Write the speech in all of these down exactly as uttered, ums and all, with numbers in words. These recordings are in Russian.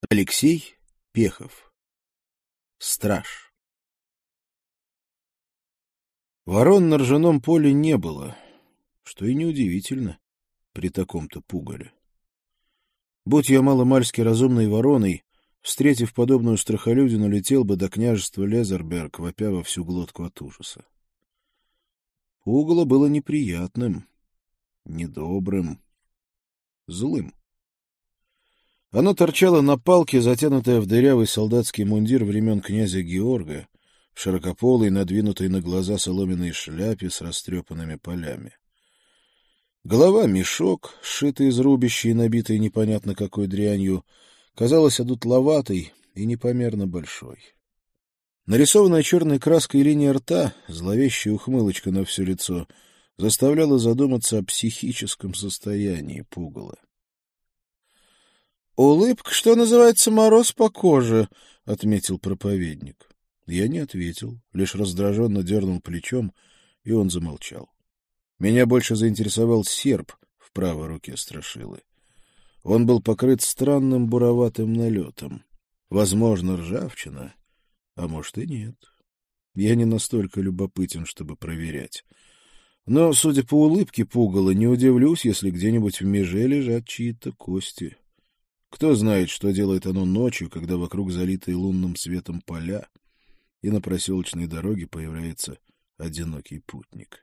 Алексей Пехов. Страж. Ворон на ржаном поле не было, что и неудивительно при таком-то пугале. Будь я маломальски разумной вороной, встретив подобную страхолюдину, летел бы до княжества Лезерберг, вопя во всю глотку от ужаса. Пугало было неприятным, недобрым, злым. Оно торчало на палке, затянутое в дырявый солдатский мундир времен князя Георга, в широкополой, надвинутой на глаза соломенной шляпе с растрепанными полями. Голова — мешок, сшитый из рубища и набитый непонятно какой дрянью, казалась одутловатой и непомерно большой. Нарисованная черной краской линия рта, зловещая ухмылочка на все лицо, заставляла задуматься о психическом состоянии пугала. «Улыбка, что называется, мороз по коже», — отметил проповедник. Я не ответил, лишь раздраженно дернул плечом, и он замолчал. Меня больше заинтересовал серп в правой руке страшилы. Он был покрыт странным буроватым налетом. Возможно, ржавчина, а может и нет. Я не настолько любопытен, чтобы проверять. Но, судя по улыбке пугала, не удивлюсь, если где-нибудь в меже лежат чьи-то кости. Кто знает, что делает оно ночью, когда вокруг залитые лунным светом поля, и на проселочной дороге появляется одинокий путник.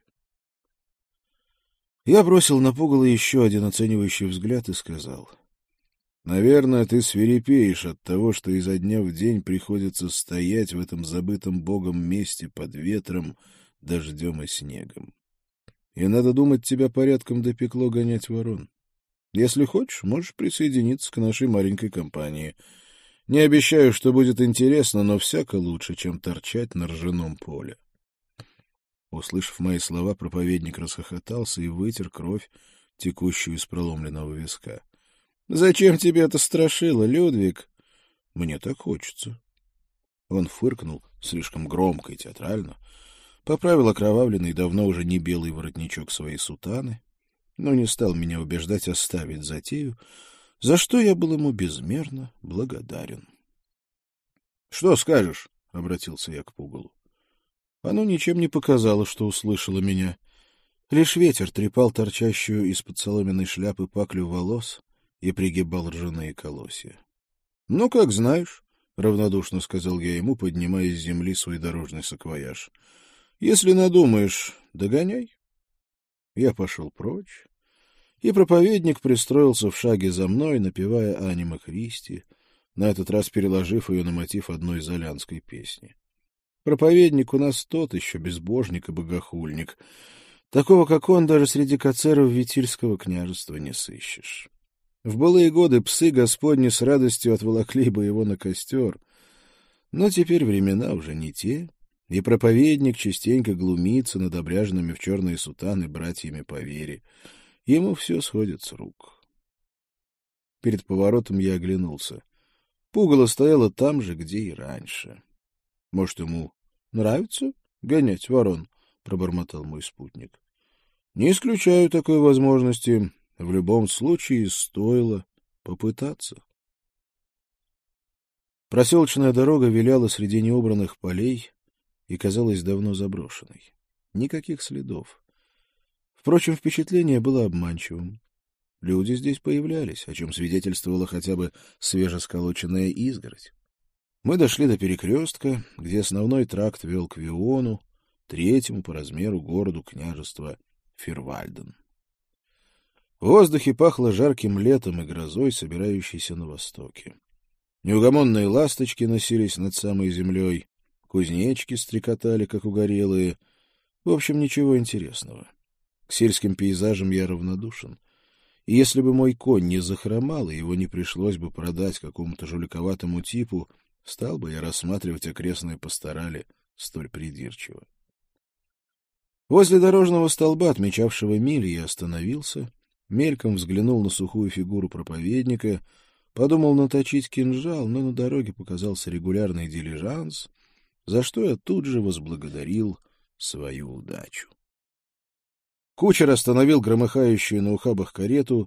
Я бросил на пугало еще один оценивающий взгляд и сказал: «Наверное, ты свирепеешь от того, что изо дня в день приходится стоять в этом забытом Богом месте под ветром, дождем и снегом. И, надо думать, тебя порядком допекло гонять ворон. Если хочешь, можешь присоединиться к нашей маленькой компании. Не обещаю, что будет интересно, но всяко лучше, чем торчать на ржаном поле». Услышав мои слова, проповедник расхохотался и вытер кровь, текущую из проломленного виска. — Зачем тебе это страшило, Людвиг? — Мне так хочется. Он фыркнул слишком громко и театрально, поправил окровавленный, давно уже не белый воротничок своей сутаны, но не стал меня убеждать оставить затею, за что я был ему безмерно благодарен. — Что скажешь? — обратился я к пугалу. Оно ничем не показало, что услышало меня. Лишь ветер трепал торчащую из-под соломенной шляпы паклю волос и пригибал ржаные колосья. — Ну, как знаешь, — равнодушно сказал я ему, поднимая с земли свой дорожный саквояж. — Если надумаешь, догоняй. Я пошел прочь, и проповедник пристроился в шаге за мной, напевая «Анима Христи», на этот раз переложив ее на мотив одной золянской песни. Проповедник у нас тот еще безбожник и богохульник. Такого, как он, даже среди кацеров Витильского княжества не сыщешь. В былые годы псы Господни с радостью отволокли бы его на костер, но теперь времена уже не те, и проповедник частенько глумится над обряженными в черные сутаны братьями по вере. Ему все сходит с рук. Перед поворотом я оглянулся. Пугало стояло там же, где и раньше. — Может, ему нравится гонять ворон? — пробормотал мой спутник. — Не исключаю такой возможности. В любом случае стоило попытаться. Проселочная дорога виляла среди неубранных полей и казалась давно заброшенной. Никаких следов. Впрочем, впечатление было обманчивым. Люди здесь появлялись, о чем свидетельствовала хотя бы свежесколоченная изгородь. Мы дошли до перекрестка, где основной тракт вел к Виону, третьему по размеру городу княжества Фирвальден. В воздухе пахло жарким летом и грозой, собирающейся на востоке. Неугомонные ласточки носились над самой землей, кузнечки стрекотали, как угорелые. В общем, ничего интересного. К сельским пейзажам я равнодушен. И если бы мой конь не захромал, и его не пришлось бы продать какому-то жуликоватому типу, стал бы я рассматривать окрестные пасторали столь придирчиво. Возле дорожного столба, отмечавшего мили, я остановился, мельком взглянул на сухую фигуру проповедника, подумал наточить кинжал, но на дороге показался регулярный дилижанс, за что я тут же возблагодарил свою удачу. Кучер остановил громыхающую на ухабах карету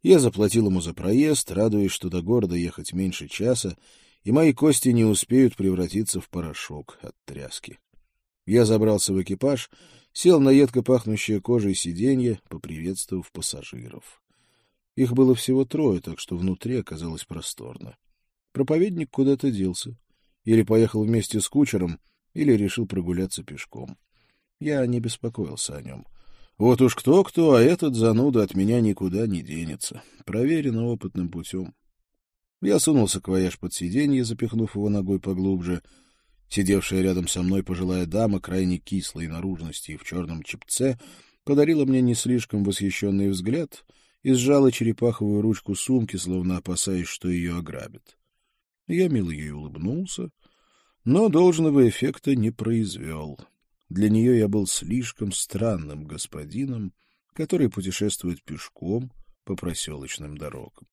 Я заплатил ему за проезд, радуясь, что до города ехать меньше часа, и мои кости не успеют превратиться в порошок от тряски. Я забрался в экипаж, сел на едко пахнущее кожей сиденье, поприветствовав пассажиров. Их было всего трое, так что внутри оказалось просторно. Проповедник куда-то делся. Или поехал вместе с кучером, или решил прогуляться пешком. Я не беспокоился о нем. Вот уж кто-кто, а этот зануда от меня никуда не денется. Проверено опытным путем. Я сунул саквояж под сиденье, запихнув его ногой поглубже. Сидевшая рядом со мной пожилая дама, крайне кислой наружности и в черном чепце, подарила мне не слишком восхищенный взгляд и сжала черепаховую ручку сумки, словно опасаясь, что ее ограбят. Я мило ей улыбнулся, но должного эффекта не произвел. Для нее я был слишком странным господином, который путешествует пешком по проселочным дорогам.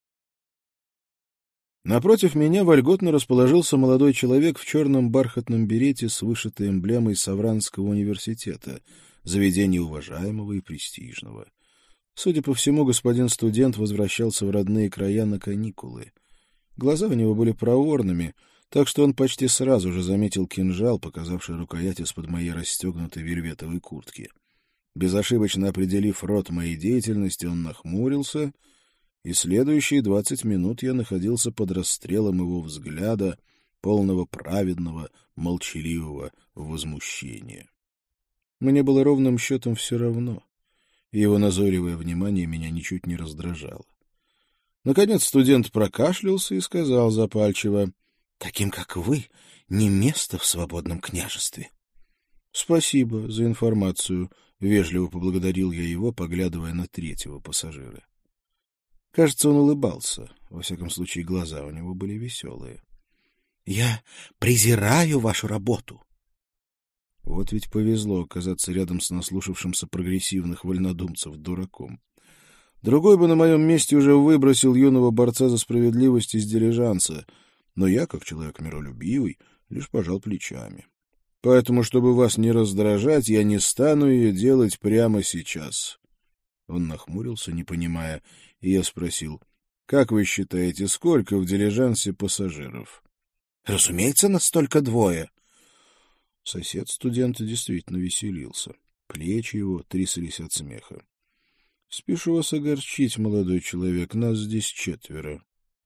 Напротив меня вольготно расположился молодой человек в черном бархатном берете с вышитой эмблемой Савранского университета, заведения уважаемого и престижного. Судя по всему, господин студент возвращался в родные края на каникулы. Глаза у него были проворными, так что он почти сразу же заметил кинжал, показавший рукоять из-под моей расстегнутой вельветовой куртки. Безошибочно определив род моей деятельности, он нахмурился, и следующие двадцать минут я находился под расстрелом его взгляда, полного праведного, молчаливого возмущения. Мне было ровным счетом все равно, и его назойливое внимание меня ничуть не раздражало. Наконец студент прокашлялся и сказал запальчиво: — Таким, как вы, не место в свободном княжестве. — Спасибо за информацию, — вежливо поблагодарил я его, поглядывая на третьего пассажира. Кажется, он улыбался. Во всяком случае, глаза у него были веселые. — Я презираю вашу работу. Вот ведь повезло оказаться рядом с наслушавшимся прогрессивных вольнодумцев дураком. Другой бы на моем месте уже выбросил юного борца за справедливость из дилижанса, но я, как человек миролюбивый, лишь пожал плечами. Поэтому, чтобы вас не раздражать, я не стану ее делать прямо сейчас. Он нахмурился, не понимая, и я спросил: — Как вы считаете, сколько в дилижансе пассажиров? — Разумеется, настолько двое. Сосед студента действительно веселился. Плечи его тряслись от смеха. — Спешу вас огорчить, молодой человек, нас здесь четверо.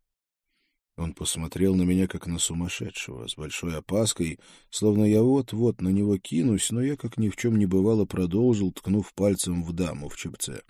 Он посмотрел на меня, как на сумасшедшего, с большой опаской, словно я вот-вот на него кинусь, но я, как ни в чем не бывало, продолжил, ткнув пальцем в даму в чепце.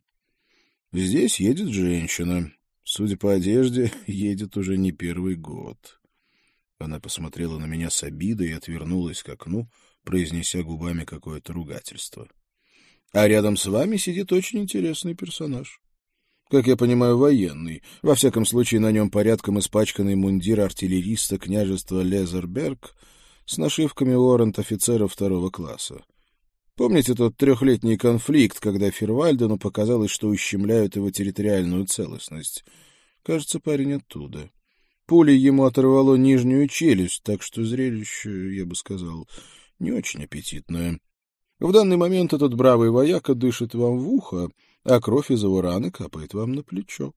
Здесь едет женщина. Судя по одежде, едет уже не первый год. Она посмотрела на меня с обидой и отвернулась к окну, произнеся губами какое-то ругательство. А рядом с вами сидит очень интересный персонаж. Как я понимаю, военный. Во всяком случае, на нем порядком испачканный мундир артиллериста княжества Лезерберг с нашивками уоррент-офицера второго класса. Помните тот трехлетний конфликт, когда Фирвальдену показалось, что ущемляют его территориальную целостность? Кажется, парень оттуда. Пулей ему оторвало нижнюю челюсть, так что зрелище, я бы сказал, не очень аппетитное. В данный момент этот бравый вояка дышит вам в ухо, а кровь из его раны капает вам на плечо.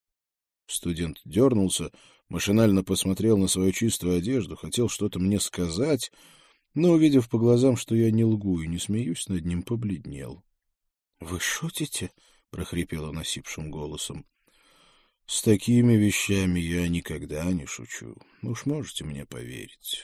Студент дернулся, машинально посмотрел на свою чистую одежду, хотел что-то мне сказать, но, увидев по глазам, что я не лгу и не смеюсь над ним, побледнел. — Вы шутите? — прохрипел он осипшим голосом. — С такими вещами я никогда не шучу. Уж можете мне поверить.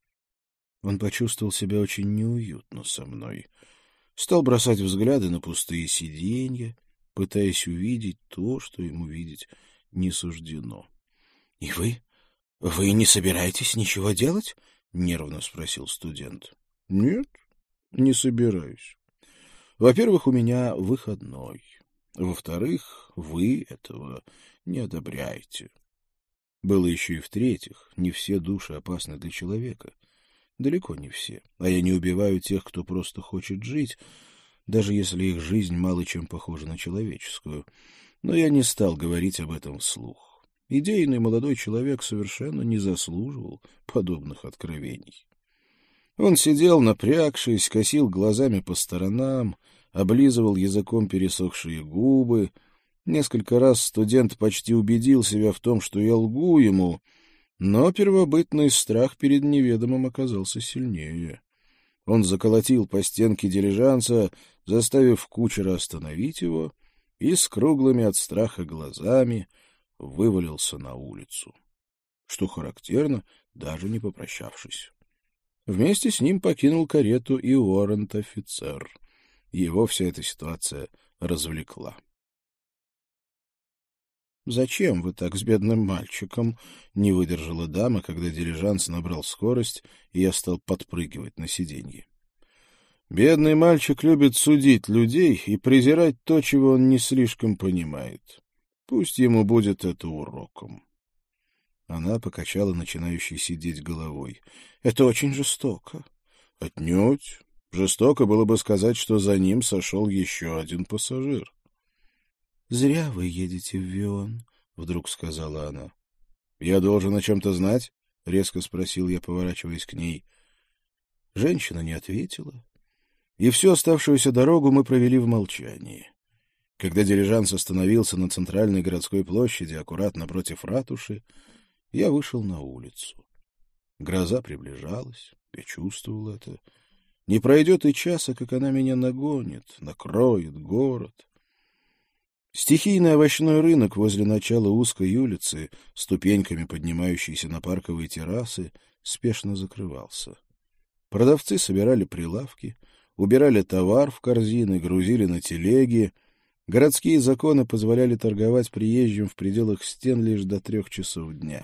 Он почувствовал себя очень неуютно со мной. Стал бросать взгляды на пустые сиденья, пытаясь увидеть то, что ему видеть не суждено. — И вы? Вы не собираетесь ничего делать? — нервно спросил студент. — Нет, не собираюсь. Во-первых, у меня выходной. Во-вторых, вы этого не одобряете. Было еще и в-третьих, не все души опасны для человека. Далеко не все. А я не убиваю тех, кто просто хочет жить, даже если их жизнь мало чем похожа на человеческую. Но я не стал говорить об этом вслух. Идейный молодой человек совершенно не заслуживал подобных откровений. Он сидел, напрягшись, косил глазами по сторонам, облизывал языком пересохшие губы, Несколько раз студент почти убедил себя в том, что я лгу ему, но первобытный страх перед неведомым оказался сильнее. Он заколотил по стенке дилижанса, заставив кучера остановить его, и с круглыми от страха глазами вывалился на улицу. Что характерно, даже не попрощавшись. Вместе с ним покинул карету и уоррент-офицер. Его вся эта ситуация развлекла. — Зачем вы так с бедным мальчиком? — не выдержала дама, когда дилижанс набрал скорость, и я стал подпрыгивать на сиденье. — Бедный мальчик любит судить людей и презирать то, чего он не слишком понимает. Пусть ему будет это уроком. Она покачала начинающей сидеть головой. — Это очень жестоко. — Отнюдь. Жестоко было бы сказать, что за ним сошел еще один пассажир. — Зря вы едете в Вион, — вдруг сказала она. — Я должен о чем-то знать? — резко спросил я, поворачиваясь к ней. Женщина не ответила, и всю оставшуюся дорогу мы провели в молчании. Когда дилижанс остановился на центральной городской площади, аккуратно напротив ратуши, я вышел на улицу. Гроза приближалась, я чувствовал это. Не пройдет и часа, как она меня нагонит, накроет город. Стихийный овощной рынок возле начала узкой улицы, ступеньками поднимающейся на парковые террасы, спешно закрывался. Продавцы собирали прилавки, убирали товар в корзины, грузили на телеги. Городские законы позволяли торговать приезжим в пределах стен лишь до трех часов дня.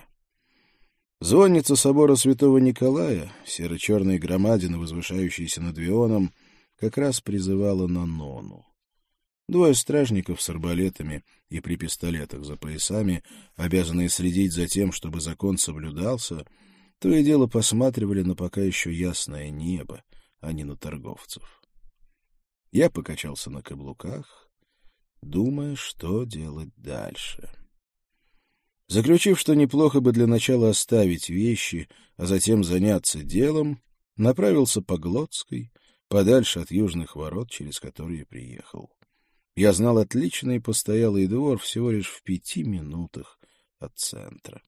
Звонница собора святого Николая, серо-черной громадины, возвышающейся над Вионом, как раз призывала на нону. Двое стражников с арбалетами и при пистолетах за поясами, обязанные следить за тем, чтобы закон соблюдался, то и дело посматривали на пока еще ясное небо, а не на торговцев. Я покачался на каблуках, думая, что делать дальше. Заключив, что неплохо бы для начала оставить вещи, а затем заняться делом, направился по Глотской, подальше от южных ворот, через которые приехал. Я знал отличный постоялый двор всего лишь в пяти минутах от центра.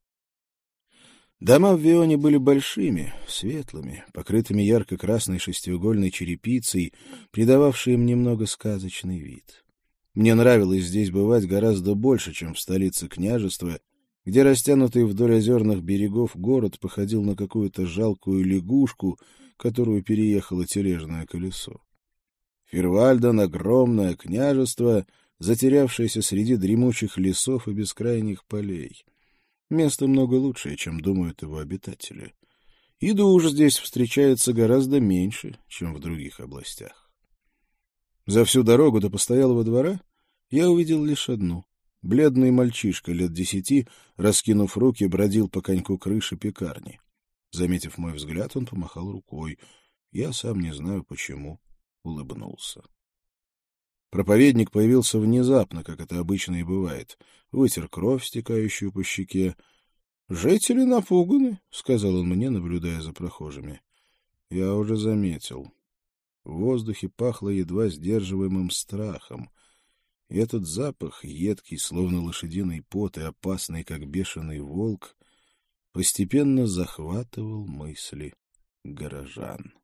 Дома в Вионе были большими, светлыми, покрытыми ярко-красной шестиугольной черепицей, придававшей им немного сказочный вид. Мне нравилось здесь бывать гораздо больше, чем в столице княжества, где растянутый вдоль озерных берегов город походил на какую-то жалкую лягушку, которую переехало тележное колесо. Фирвальден — огромное княжество, затерявшееся среди дремучих лесов и бескрайних полей. Место много лучшее, чем думают его обитатели. И душ здесь встречается гораздо меньше, чем в других областях. За всю дорогу до постоялого двора я увидел лишь одну. Бледный мальчишка лет десяти, раскинув руки, бродил по коньку крыши пекарни. Заметив мой взгляд, он помахал рукой. Я сам не знаю почему. Улыбнулся. Проповедник появился внезапно, как это обычно и бывает. Вытер кровь, стекающую по щеке. — Жители напуганы, — сказал он мне, наблюдая за прохожими. Я уже заметил. В воздухе пахло едва сдерживаемым страхом. И этот запах, едкий, словно лошадиный пот, и опасный, как бешеный волк, постепенно захватывал мысли горожан.